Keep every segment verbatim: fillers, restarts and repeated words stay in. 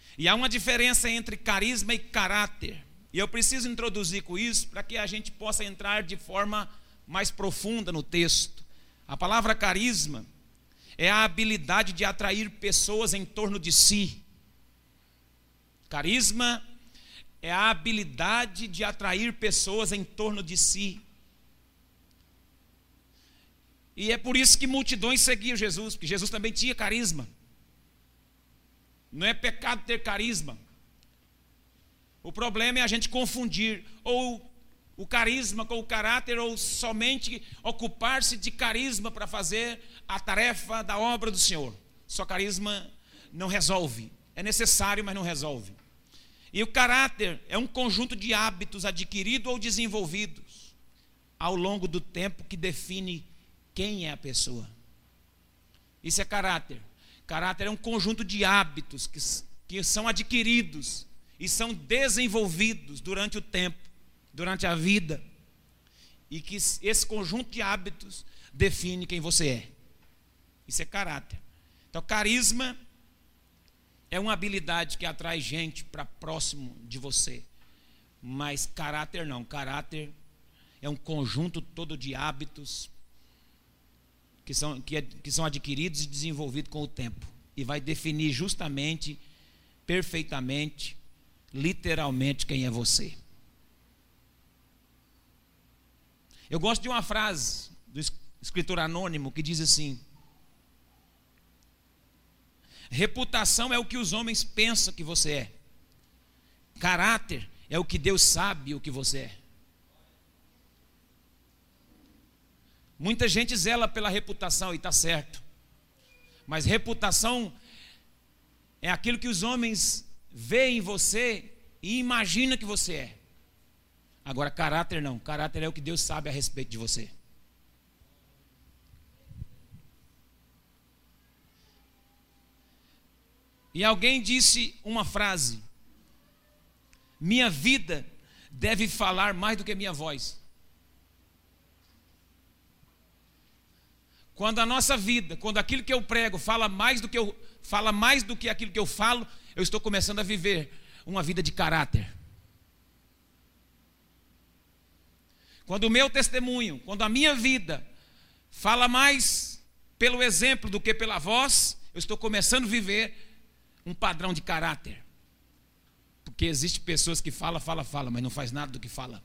E há uma diferença entre carisma e caráter. E eu preciso introduzir com isso para que a gente possa entrar de forma mais profunda no texto. A palavra carisma é a habilidade de atrair pessoas em torno de si. Carisma é a habilidade de atrair pessoas em torno de si. E é por isso que multidões seguiam Jesus, porque Jesus também tinha carisma. Não é pecado ter carisma. O problema é a gente confundir ou o carisma com o caráter, ou somente ocupar-se de carisma para fazer a tarefa da obra do Senhor. Só carisma não resolve. É necessário, mas não resolve. E o caráter é um conjunto de hábitos adquiridos ou desenvolvidos ao longo do tempo que define quem é a pessoa. Isso é caráter. Caráter é um conjunto de hábitos que, que são adquiridos e são desenvolvidos durante o tempo, durante a vida. E que esse conjunto de hábitos define quem você é. Isso é caráter. Então, carisma é uma habilidade que atrai gente para próximo de você. Mas caráter não. Caráter é um conjunto todo de hábitos que são, que, é, que são adquiridos e desenvolvidos com o tempo. E vai definir justamente, perfeitamente, literalmente quem é você. Eu gosto de uma frase do escritor anônimo que diz assim: reputação é o que os homens pensam que você é. Caráter é o que Deus sabe o que você é. Muita gente zela pela reputação e está certo. Mas reputação é aquilo que os homens veem em você e imaginam que você é. Agora, caráter não. Caráter é o que Deus sabe a respeito de você. E alguém disse uma frase: minha vida deve falar mais do que minha voz. Quando a nossa vida, quando aquilo que eu prego fala mais do que eu fala mais do que aquilo que eu falo, eu estou começando a viver uma vida de caráter. Quando o meu testemunho, quando a minha vida fala mais pelo exemplo do que pela voz, eu estou começando a viver um padrão de caráter. Porque existem pessoas que falam, falam, falam, mas não faz nada do que fala.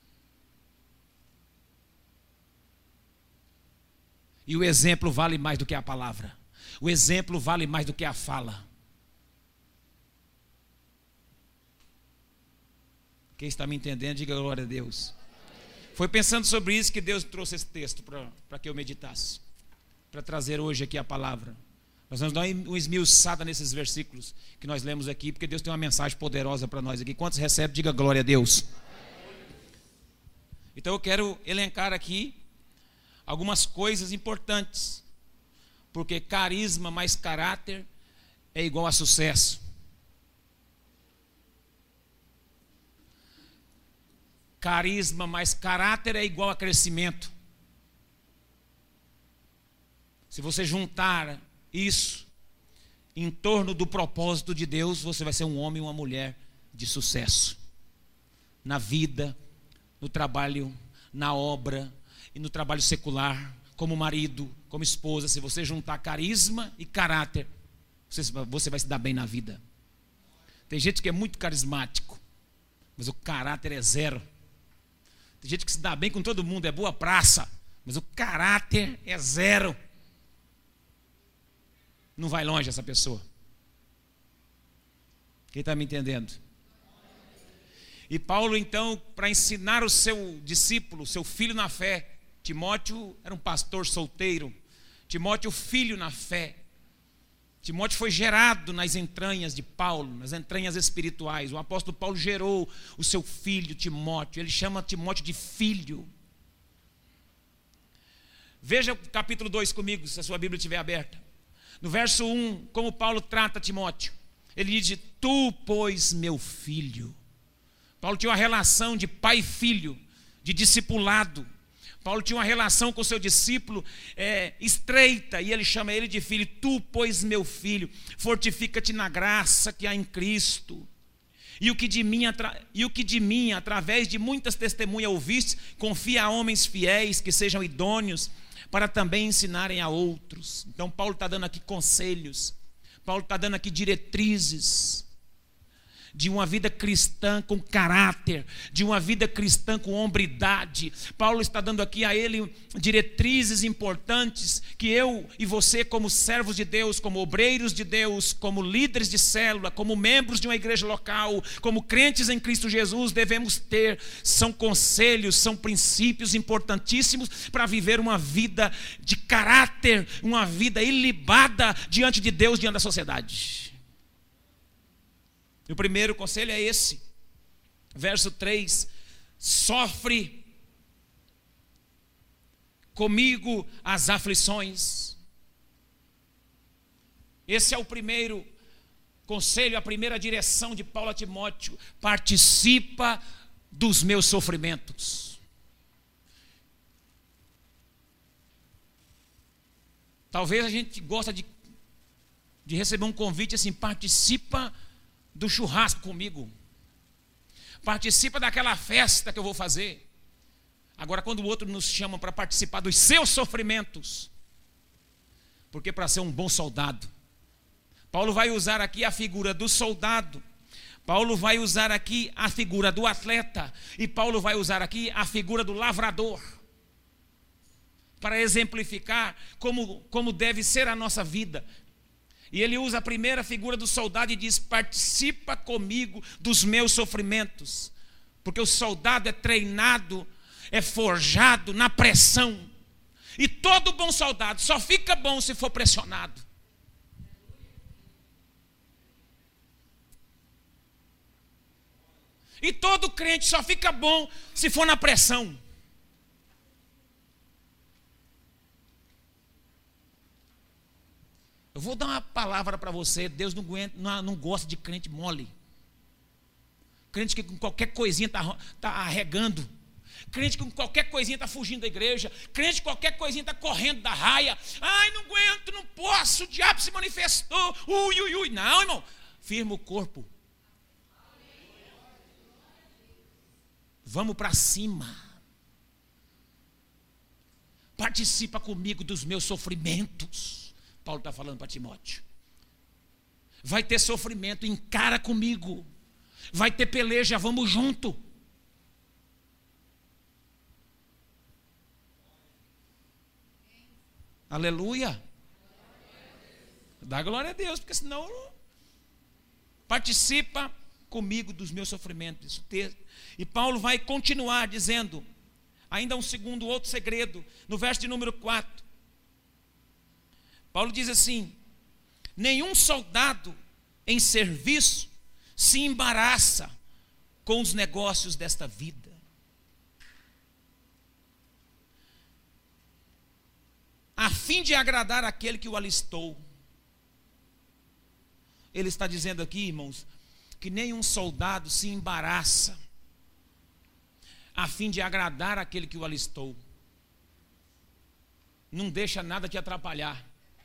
E o exemplo vale mais do que a palavra. O exemplo vale mais do que a fala. Quem está me entendendo, diga glória a Deus. Foi pensando sobre isso que Deus trouxe esse texto para que eu meditasse, para trazer hoje aqui a palavra. Nós vamos dar uma esmiuçada nesses versículos que nós lemos aqui, porque Deus tem uma mensagem poderosa para nós aqui. Quantos recebem, diga glória a Deus. Então eu quero elencar aqui algumas coisas importantes, porque carisma mais caráter é igual a sucesso. Carisma mais caráter é igual a crescimento. Se você juntar isso em torno do propósito de Deus, você vai ser um homem e uma mulher de sucesso. Na vida, no trabalho, na obra e no trabalho secular, como marido, como esposa. Se você juntar carisma e caráter, você, você vai se dar bem na vida. Tem gente que é muito carismático, mas o caráter é zero. Tem gente que se dá bem com todo mundo, é boa praça, mas o caráter é zero. Não vai longe essa pessoa. Quem está me entendendo? E Paulo, então, para ensinar o seu discípulo, seu filho na fé, Timóteo era um pastor solteiro. Timóteo, filho na fé. Timóteo foi gerado nas entranhas de Paulo, nas entranhas espirituais. O apóstolo Paulo gerou o seu filho Timóteo. Ele chama Timóteo de filho. Veja o capítulo dois comigo, se a sua Bíblia estiver aberta. No verso um, como Paulo trata Timóteo. Ele diz: tu, pois, meu filho. Paulo tinha uma relação de pai e filho, de discipulado. Paulo tinha uma relação com o seu discípulo é, estreita, e ele chama ele de filho. Tu, pois, meu filho, fortifica-te na graça que há em Cristo. E o que de mim, e o que de mim através de muitas testemunhas ouviste, confia a homens fiéis que sejam idôneos para também ensinarem a outros. Então Paulo está dando aqui conselhos, Paulo está dando aqui diretrizes de uma vida cristã com caráter, de uma vida cristã com hombridade. Paulo está dando aqui a ele diretrizes importantes que eu e você, como servos de Deus, como obreiros de Deus, como líderes de célula, como membros de uma igreja local, como crentes em Cristo Jesus, devemos ter. São conselhos, são princípios importantíssimos para viver uma vida de caráter, uma vida ilibada diante de Deus, diante da sociedade. E o primeiro conselho é esse, verso três: sofre comigo as aflições. Esse é o primeiro conselho, a primeira direção de Paulo a Timóteo: participa dos meus sofrimentos. Talvez a gente gosta de, de receber um convite assim: participa do churrasco comigo, participa daquela festa que eu vou fazer. Agora, quando o outro nos chama para participar dos seus sofrimentos, porque para ser um bom soldado, Paulo vai usar aqui a figura do soldado, Paulo vai usar aqui a figura do atleta, e Paulo vai usar aqui a figura do lavrador, para exemplificar como, como deve ser a nossa vida. E ele usa a primeira figura do soldado e diz: participa comigo dos meus sofrimentos. Porque o soldado é treinado, é forjado na pressão. E todo bom soldado só fica bom se for pressionado. E todo crente só fica bom se for na pressão. Eu vou dar uma palavra para você: Deus não, aguenta, não, não gosta de crente mole. Crente que com qualquer coisinha está tá arregando. Crente que com qualquer coisinha está fugindo da igreja. Crente que qualquer coisinha está correndo da raia. Ai, não aguento, não posso, o diabo se manifestou. Ui, ui, ui. Não, irmão. Firma o corpo. Vamos para cima. Participa comigo dos meus sofrimentos. Paulo está falando para Timóteo. Vai ter sofrimento, encara comigo. Vai ter peleja, vamos junto. Aleluia. Dá glória a Deus, porque senão participa comigo dos meus sofrimentos. E Paulo vai continuar dizendo, ainda um segundo, outro segredo, no verso de número quatro. Paulo diz assim: nenhum soldado em serviço se embaraça com os negócios desta vida. A fim de agradar aquele que o alistou. Ele está dizendo aqui, irmãos, que nenhum soldado se embaraça a fim de agradar aquele que o alistou. Não deixa nada te atrapalhar.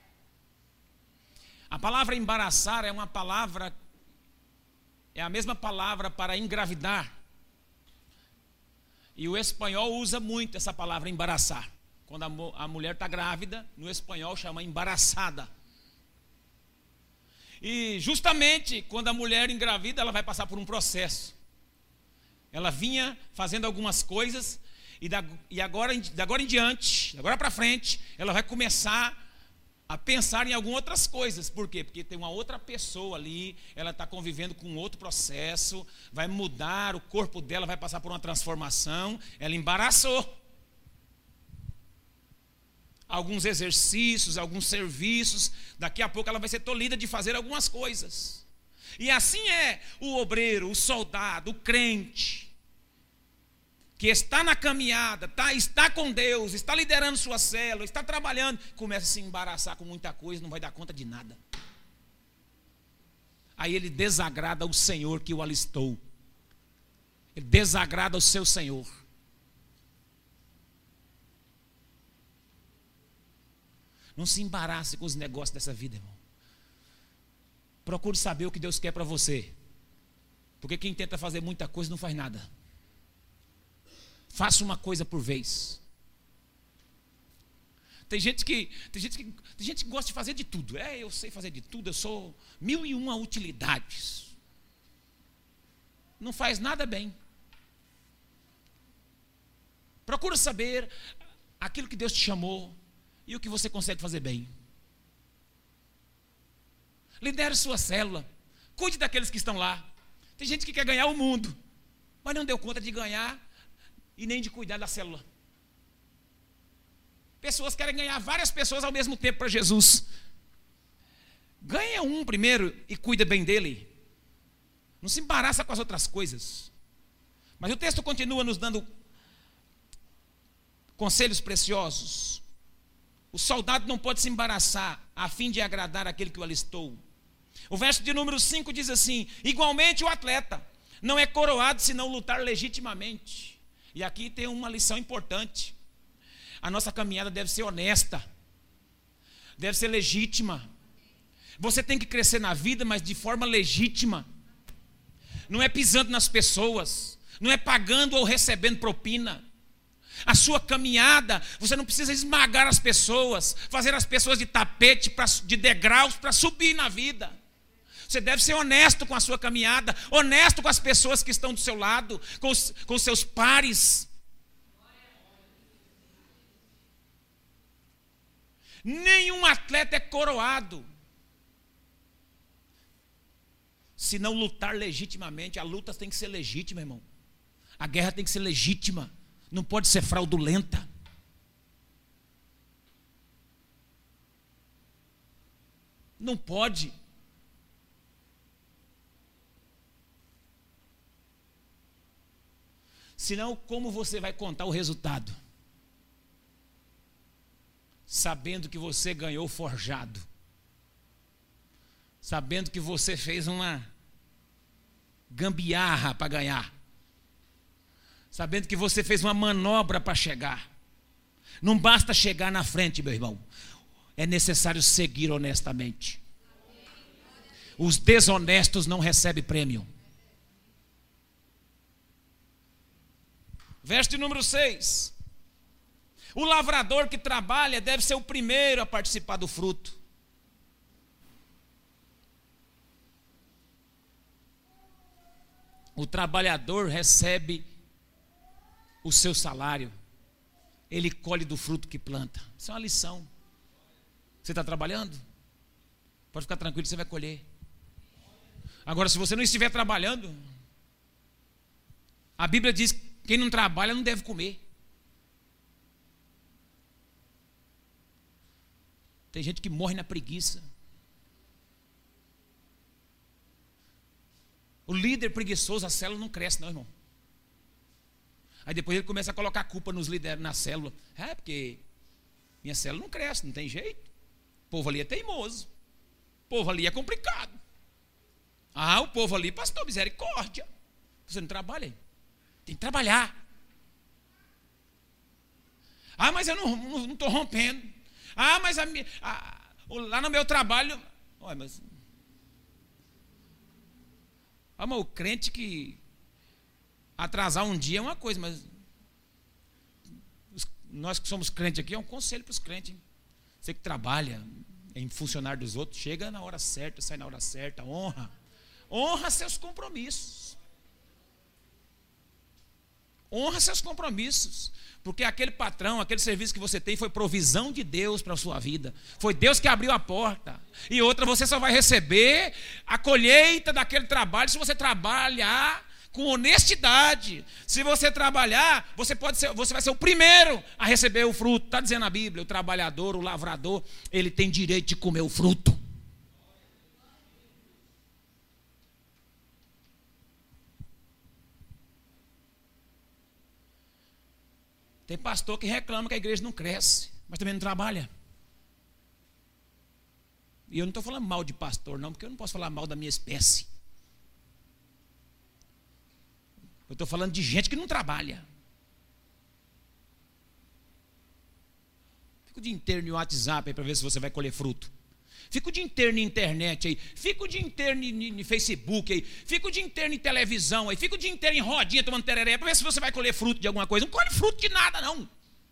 A palavra embaraçar é uma palavra, é a mesma palavra para engravidar. E o espanhol usa muito essa palavra embaraçar. Quando a, a mulher está grávida, no espanhol chama embaraçada. E justamente quando a mulher engravida, ela vai passar por um processo. Ela vinha fazendo algumas coisas, e, da, e agora, de agora em diante, de agora para frente, ela vai começar a pensar em algumas outras coisas. Por quê? Porque tem uma outra pessoa ali, ela está convivendo com outro processo, vai mudar, o corpo dela vai passar por uma transformação. Ela embaraçou. Alguns exercícios, alguns serviços, daqui a pouco ela vai ser tolhida de fazer algumas coisas. E assim é o obreiro, o soldado, o crente, que está na caminhada, tá, está com Deus, está liderando sua célula, está trabalhando, começa a se embaraçar com muita coisa, não vai dar conta de nada. Aí ele desagrada o Senhor que o alistou. Ele desagrada o seu Senhor. Não se embarace com os negócios dessa vida, irmão. Procure saber o que Deus quer para você. Porque quem tenta fazer muita coisa não faz nada. Faça uma coisa por vez. Tem gente que, tem gente que, tem gente que gosta de fazer de tudo. É, eu sei fazer de tudo, eu sou mil e uma utilidades. Não faz nada bem. Procura saber aquilo que Deus te chamou e o que você consegue fazer bem. Lidere sua célula. Cuide daqueles que estão lá. Tem gente que quer ganhar o mundo, mas não deu conta de ganhar e nem de cuidar da célula. Pessoas querem ganhar várias pessoas ao mesmo tempo para Jesus. Ganha um primeiro e cuida bem dele. Não se embaraça com as outras coisas. Mas o texto continua nos dando conselhos preciosos. O soldado não pode se embaraçar a fim de agradar aquele que o alistou. O verso de número cinco diz assim: igualmente o atleta não é coroado se não lutar legitimamente. E aqui tem uma lição importante. A nossa caminhada deve ser honesta, deve ser legítima. Você tem que crescer na vida, mas de forma legítima. Não é pisando nas pessoas, não é pagando ou recebendo propina. A sua caminhada, você não precisa esmagar as pessoas, fazer as pessoas de tapete, pra, de degraus para subir na vida. Você deve ser honesto com a sua caminhada, honesto com as pessoas que estão do seu lado, com os, com os seus pares. Nenhum atleta é coroado se não lutar legitimamente. A luta tem que ser legítima, irmão. A guerra tem que ser legítima. Não pode ser fraudulenta. Não pode. Senão, como você vai contar o resultado? Sabendo que você ganhou forjado. Sabendo que você fez uma gambiarra para ganhar. Sabendo que você fez uma manobra para chegar. Não basta chegar na frente, meu irmão. É necessário seguir honestamente. Os desonestos não recebem prêmio. Verso de número seis. O lavrador que trabalha deve ser o primeiro a participar do fruto. O trabalhador recebe o seu salário. Ele colhe do fruto que planta. Isso é uma lição. Você está trabalhando? Pode ficar tranquilo, você vai colher. Agora, se você não estiver trabalhando, a Bíblia diz que quem não trabalha não deve comer. Tem gente que morre na preguiça. O líder preguiçoso, a célula não cresce não, irmão. Aí depois ele começa a colocar a culpa nos líderes na célula. É, porque minha célula não cresce, não tem jeito. O povo ali é teimoso. O povo ali é complicado. Ah, o povo ali, pastor, misericórdia. Você não trabalha aí. Tem que trabalhar. Ah, mas eu não estou rompendo. Ah, mas a, a, lá no meu trabalho. Olha, mas. Ah, mas o crente que atrasar um dia é uma coisa, mas os, nós que somos crentes aqui, é um conselho para os crentes. Hein? Você que trabalha em funcionário dos outros, chega na hora certa, sai na hora certa, honra. Honra seus compromissos. Honra seus compromissos. Porque aquele patrão, aquele serviço que você tem foi provisão de Deus para a sua vida. Foi Deus que abriu a porta. E outra, você só vai receber a colheita daquele trabalho se você trabalhar com honestidade. Se você trabalhar, você, pode ser, você vai ser o primeiro a receber o fruto. Está dizendo a Bíblia, o trabalhador, o lavrador, ele tem direito de comer o fruto. Tem pastor que reclama que a igreja não cresce, mas também não trabalha. E eu não estou falando mal de pastor, não, porque eu não posso falar mal da minha espécie. Eu estou falando de gente que não trabalha. Fica o dia inteiro no WhatsApp aí para ver se você vai colher fruto. Fica o dia inteiro na internet aí. Fica o dia inteiro no Facebook aí. Fica o dia inteiro em televisão aí. Fica o dia inteiro em rodinha tomando tereré para ver se você vai colher fruto de alguma coisa. Não colhe fruto de nada, não.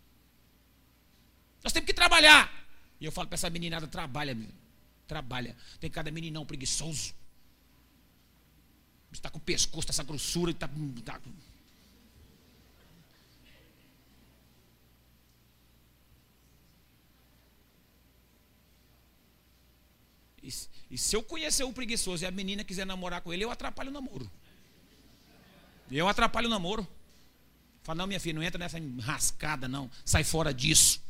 Nós temos que trabalhar. E eu falo para essa meninada, trabalha, meu. Trabalha. Tem cada meninão preguiçoso. Está com o pescoço, está essa grossura. Está... Tá... E, e se eu conhecer o preguiçoso e a menina quiser namorar com ele, eu atrapalho o namoro. Eu atrapalho o namoro. Falo, não, minha filha, não entra nessa enrascada, não. Sai fora disso.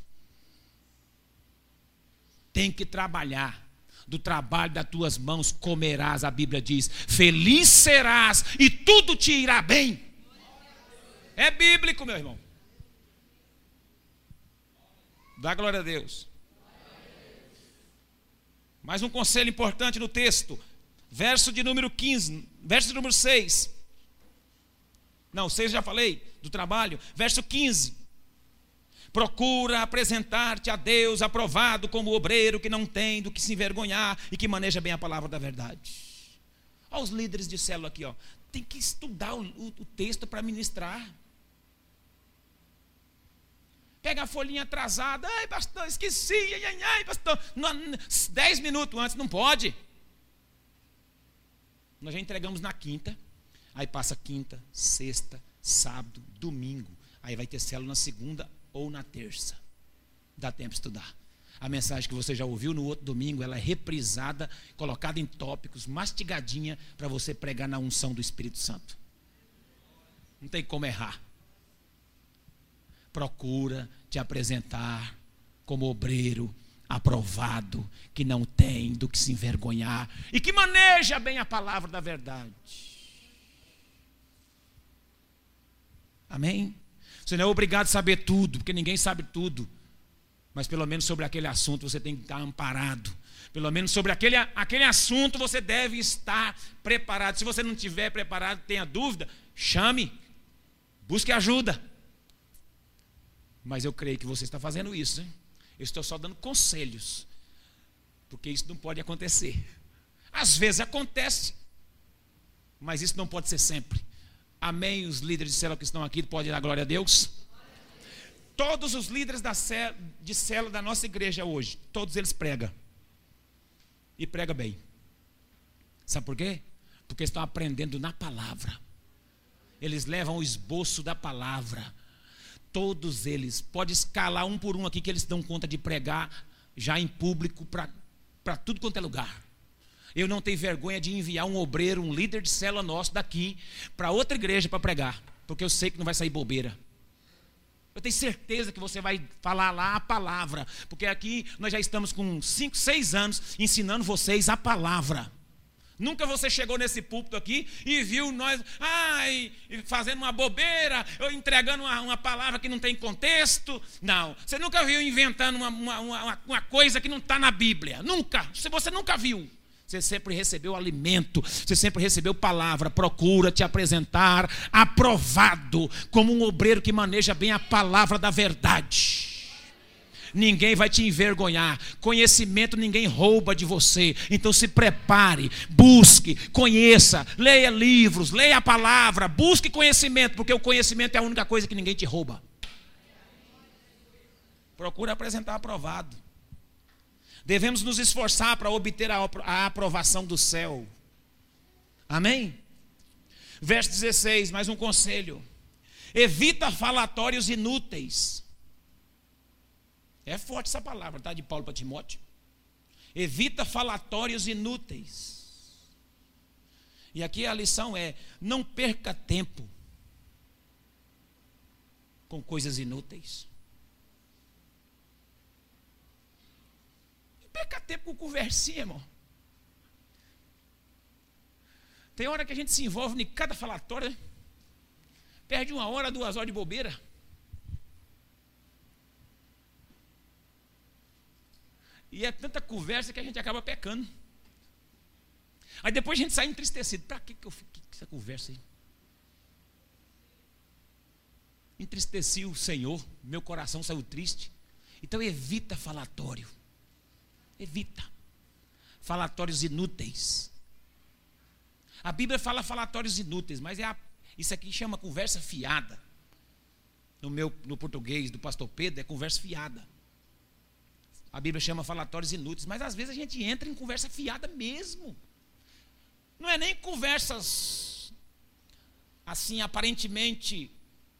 Tem que trabalhar. Do trabalho das tuas mãos comerás, a Bíblia diz. Feliz serás e tudo te irá bem. É bíblico, meu irmão. Dá glória a Deus. Mais um conselho importante no texto. Verso de número quinze. Verso de número seis. Não, seis já falei, do trabalho. Verso quinze. Procura apresentar-te a Deus aprovado como obreiro que não tem do que se envergonhar e que maneja bem a palavra da verdade. Olha os líderes de célula aqui, ó. Tem que estudar o, o, o texto para ministrar. Pega a folhinha atrasada. Ai, pastor, esqueci. Ai, ai, ai, pastor. Não, dez minutos antes, não pode. Nós já entregamos na quinta. Aí passa quinta, sexta, sábado, domingo. Aí vai ter célula na segunda ou na terça. Dá tempo de estudar. A mensagem que você já ouviu no outro domingo, ela é reprisada, colocada em tópicos, mastigadinha, para você pregar na unção do Espírito Santo. Não tem como errar. Procura te apresentar como obreiro aprovado, que não tem do que se envergonhar e que maneja bem a palavra da verdade. Amém? Você não é obrigado a saber tudo, porque ninguém sabe tudo. Mas pelo menos sobre aquele assunto você tem que estar amparado. Pelo menos sobre aquele, aquele assunto você deve estar preparado. Se você não estiver preparado, tenha dúvida, chame, busque ajuda. Mas eu creio que você está fazendo isso, hein? Eu estou só dando conselhos, porque isso não pode acontecer. Às vezes acontece, mas isso não pode ser sempre. Amém? Os líderes de célula que estão aqui, podem dar glória a Deus? Todos os líderes da célula, de célula da nossa igreja hoje, todos eles pregam. E pregam bem. Sabe por quê? Porque estão aprendendo na palavra. Eles levam o esboço da palavra. Todos eles, pode escalar um por um aqui, que eles dão conta de pregar já em público para tudo quanto é lugar. Eu não tenho vergonha de enviar um obreiro, um líder de célula nosso daqui para outra igreja para pregar, porque eu sei que não vai sair bobeira. Eu tenho certeza que você vai falar lá a palavra, porque aqui nós já estamos com cinco, seis anos ensinando vocês a palavra. Nunca você chegou nesse púlpito aqui e viu nós ai, fazendo uma bobeira, ou entregando uma, uma palavra que não tem contexto. Não, você nunca viu inventando uma, uma, uma, uma coisa que não está na Bíblia. Nunca, você nunca viu. Você sempre recebeu alimento, você sempre recebeu palavra. Procura te apresentar aprovado como um obreiro que maneja bem a palavra da verdade. Ninguém vai te envergonhar. Conhecimento ninguém rouba de você. Então se prepare, busque, conheça, leia livros, leia a palavra, busque conhecimento, porque o conhecimento é a única coisa que ninguém te rouba. Procure apresentar aprovado. Devemos nos esforçar para obter a, a aprovação do céu. Amém? Verso dezesseis, mais um conselho. Evita falatórios inúteis. É forte essa palavra, tá? De Paulo para Timóteo. Evita falatórios inúteis. E aqui a lição é: não perca tempo com coisas inúteis. Não perca tempo com conversinha, irmão. Tem hora que a gente se envolve em cada falatório, né? Perde uma hora, duas horas de bobeira. E é tanta conversa que a gente acaba pecando. Aí depois a gente sai entristecido. Para que, que eu fiquei com essa conversa aí? Entristeci o Senhor, meu coração saiu triste. Então evita falatório. Evita. Falatórios inúteis. A Bíblia fala falatórios inúteis, mas é a, isso aqui chama conversa fiada. No meu, no português do pastor Pedro, é conversa fiada. A Bíblia chama falatórios inúteis, mas às vezes a gente entra em conversa fiada mesmo. Não é nem conversas assim aparentemente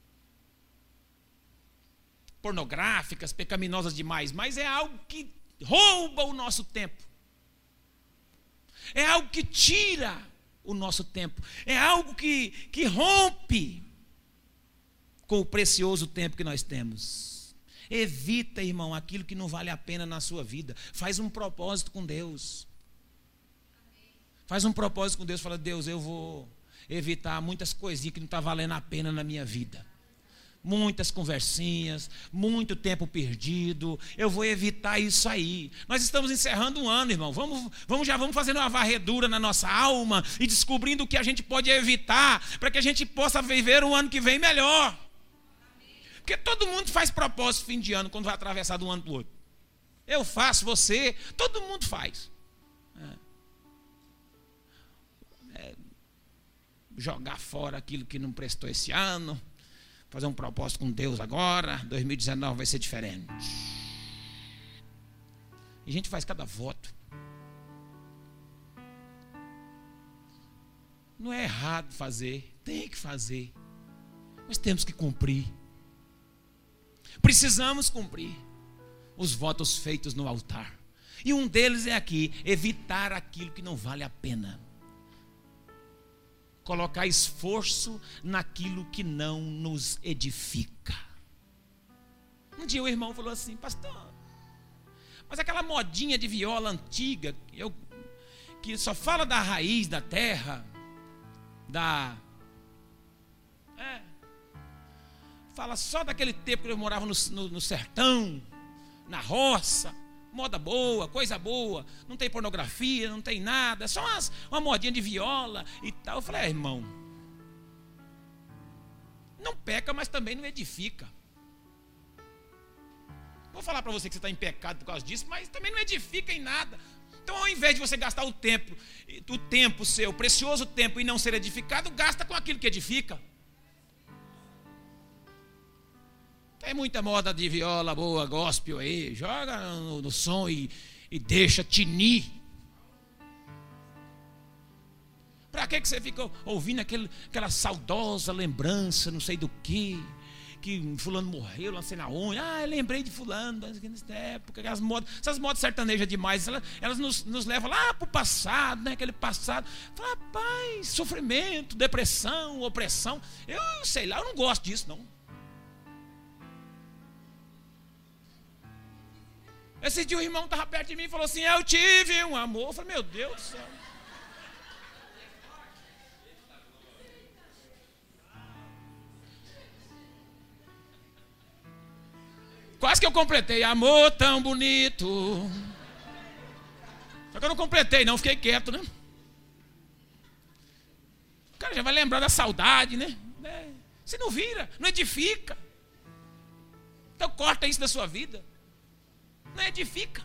pornográficas, pecaminosas demais, mas é algo que rouba o nosso tempo. É algo que tira o nosso tempo. É algo que, que rompe com o precioso tempo que nós temos. Evita, irmão, aquilo que não vale a pena na sua vida. Faz um propósito com Deus. Faz um propósito com Deus. Fala, Deus, eu vou evitar muitas coisinhas que não estão valendo a pena na minha vida. Muitas conversinhas, muito tempo perdido. Eu vou evitar isso aí. Nós estamos encerrando um ano, irmão. Vamos, vamos já vamos fazendo uma varredura na nossa alma e descobrindo o que a gente pode evitar para que a gente possa viver um ano que vem melhor. Porque todo mundo faz propósito fim de ano quando vai atravessar de um ano para o outro. Eu faço, você, todo mundo faz. É. É. Jogar fora aquilo que não prestou esse ano. Fazer um propósito com Deus agora. dois mil e dezenove vai ser diferente. E a gente faz cada voto. Não é errado fazer, tem que fazer. Mas temos que cumprir. Precisamos cumprir os votos feitos no altar. E um deles é aqui: evitar aquilo que não vale a pena. Colocar esforço naquilo que não nos edifica. Um dia o irmão falou assim: pastor, mas aquela modinha de viola antiga, eu, que só fala da raiz da terra, da... É, fala só daquele tempo que eu morava no, no, no sertão, na roça, moda boa, coisa boa, não tem pornografia, não tem nada, é só umas, uma modinha de viola e tal. Eu falei, é, irmão, não peca, mas também não edifica. Vou falar para você que você está em pecado por causa disso, mas também não edifica em nada. Então, ao invés de você gastar o tempo, o tempo seu, o precioso tempo, e não ser edificado, gasta com aquilo que edifica. Tem muita moda de viola boa, gospel aí, joga no, no som e, e deixa tinir. Para que, que você fica ouvindo aquele, aquela saudosa lembrança, não sei do que, que fulano morreu, não sei na onde. Ah, eu lembrei de fulano, nessa época, aquelas modas, essas modas sertanejas demais, elas, elas nos, nos levam lá para o passado, né? Aquele passado. Fala, rapaz, sofrimento, depressão, opressão. Eu sei lá, eu não gosto disso, não. Esse dia o irmão estava perto de mim e falou assim: eu tive um amor. Eu falei, meu Deus do céu. Quase que eu completei. Amor tão bonito. Só que eu não completei, não. Fiquei quieto, né? O cara já vai lembrar da saudade, né? Você não vira, não edifica. Então corta isso da sua vida. Não edifica.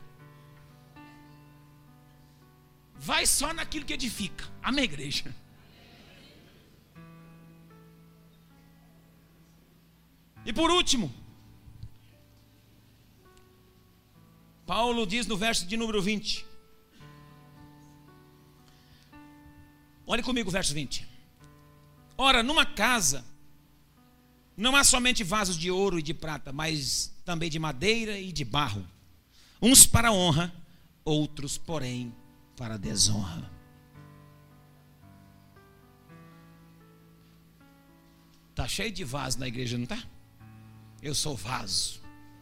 Vai só naquilo que edifica. Amém, igreja? E por último, Paulo diz no verso de número vinte. Olhe comigo o verso vinte. Ora, numa casa não há somente vasos de ouro e de prata, mas também de madeira e de barro, uns para honra, outros, porém, para desonra. Está cheio de vaso na igreja, não está? Eu sou vaso.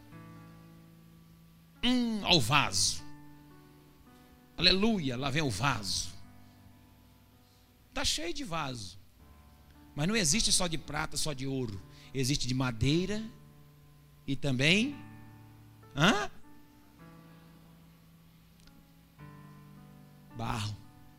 Hum, ao vaso. Aleluia, lá vem o vaso. Está cheio de vaso. Mas não existe só de prata, só de ouro. Existe de madeira e também... Hã? Barro.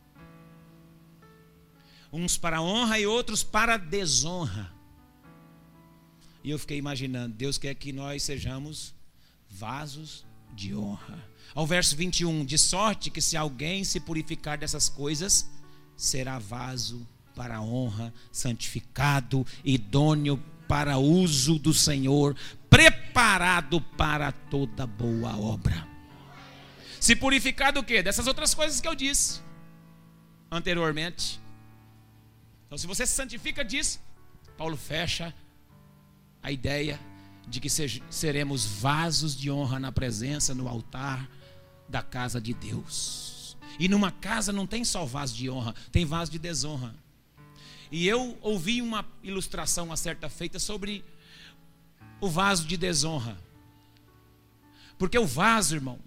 Uns para honra e outros para desonra. E eu fiquei imaginando, Deus quer que nós sejamos vasos de honra. Ao verso vinte e um, de sorte que se alguém se purificar dessas coisas, será vaso para a honra, santificado, idôneo para uso do Senhor, preparado para toda boa obra. Se purificar do quê? Dessas outras coisas que eu disse anteriormente. Então, se você se santifica disso, Paulo fecha a ideia de que seremos vasos de honra na presença, no altar da casa de Deus. E numa casa não tem só vaso de honra, tem vaso de desonra. E eu ouvi uma ilustração uma certa feita sobre o vaso de desonra. Porque o vaso, irmão,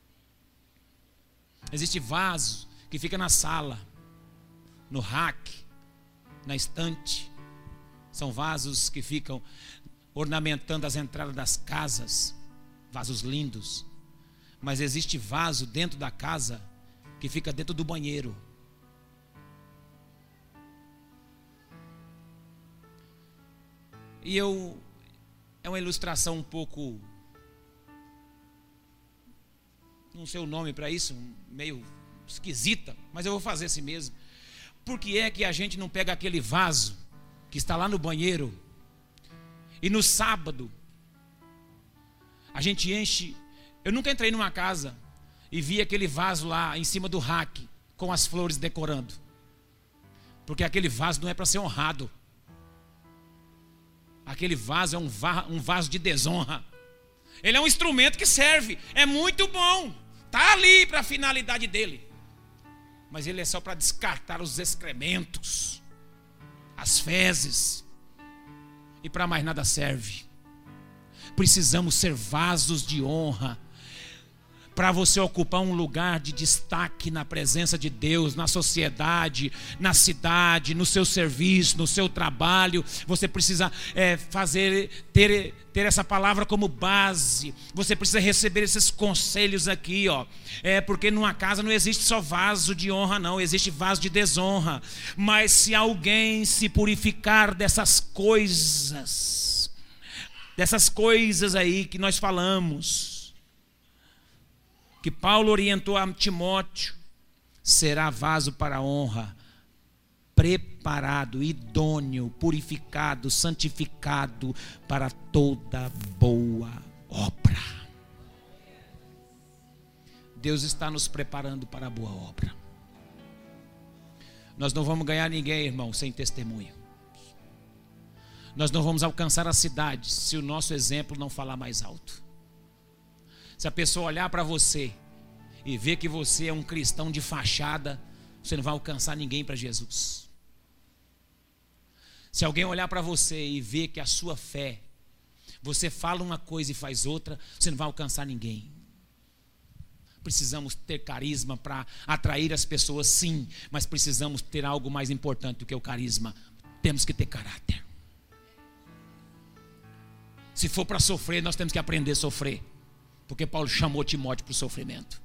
existe vaso que fica na sala, no rack, na estante. São vasos que ficam ornamentando as entradas das casas, vasos lindos. Mas existe vaso dentro da casa que fica dentro do banheiro. E eu, é uma ilustração um pouco, não sei o nome para isso, meio esquisita, mas eu vou fazer assim mesmo. Por que é que a gente não pega aquele vaso que está lá no banheiro e no sábado a gente enche? Eu nunca entrei numa casa e vi aquele vaso lá em cima do rack com as flores decorando, porque aquele vaso não é para ser honrado. Aquele vaso é um, va- um vaso de desonra. Ele é um instrumento que serve, é muito bom, está ali para a finalidade dele, mas ele é só para descartar os excrementos, as fezes, e para mais nada serve. Precisamos ser vasos de honra, para você ocupar um lugar de destaque na presença de Deus, na sociedade, na cidade, no seu serviço, no seu trabalho. Você precisa é, fazer, ter, ter essa palavra como base. Você precisa receber esses conselhos aqui, ó. É porque numa casa não existe só vaso de honra, não, existe vaso de desonra. Mas se alguém se purificar dessas coisas, dessas coisas aí que nós falamos, que Paulo orientou a Timóteo, será vaso para a honra, preparado, idôneo, purificado, santificado para toda boa obra. Deus está nos preparando para a boa obra. Nós não vamos ganhar ninguém, irmão, sem testemunho. Nós não vamos alcançar a cidade se o nosso exemplo não falar mais alto. Se a pessoa olhar para você e ver que você é um cristão de fachada, você não vai alcançar ninguém para Jesus. Se alguém olhar para você e ver que a sua fé, você fala uma coisa e faz outra, você não vai alcançar ninguém. Precisamos ter carisma para atrair as pessoas, sim, mas precisamos ter algo mais importante do que o carisma. Temos que ter caráter. Se for para sofrer, nós temos que aprender a sofrer, porque Paulo chamou Timóteo para o sofrimento.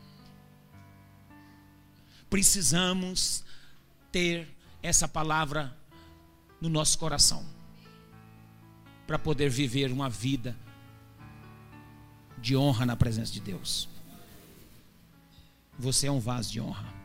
Precisamos ter essa palavra no nosso coração para poder viver uma vida de honra na presença de Deus. Você é um vaso de honra.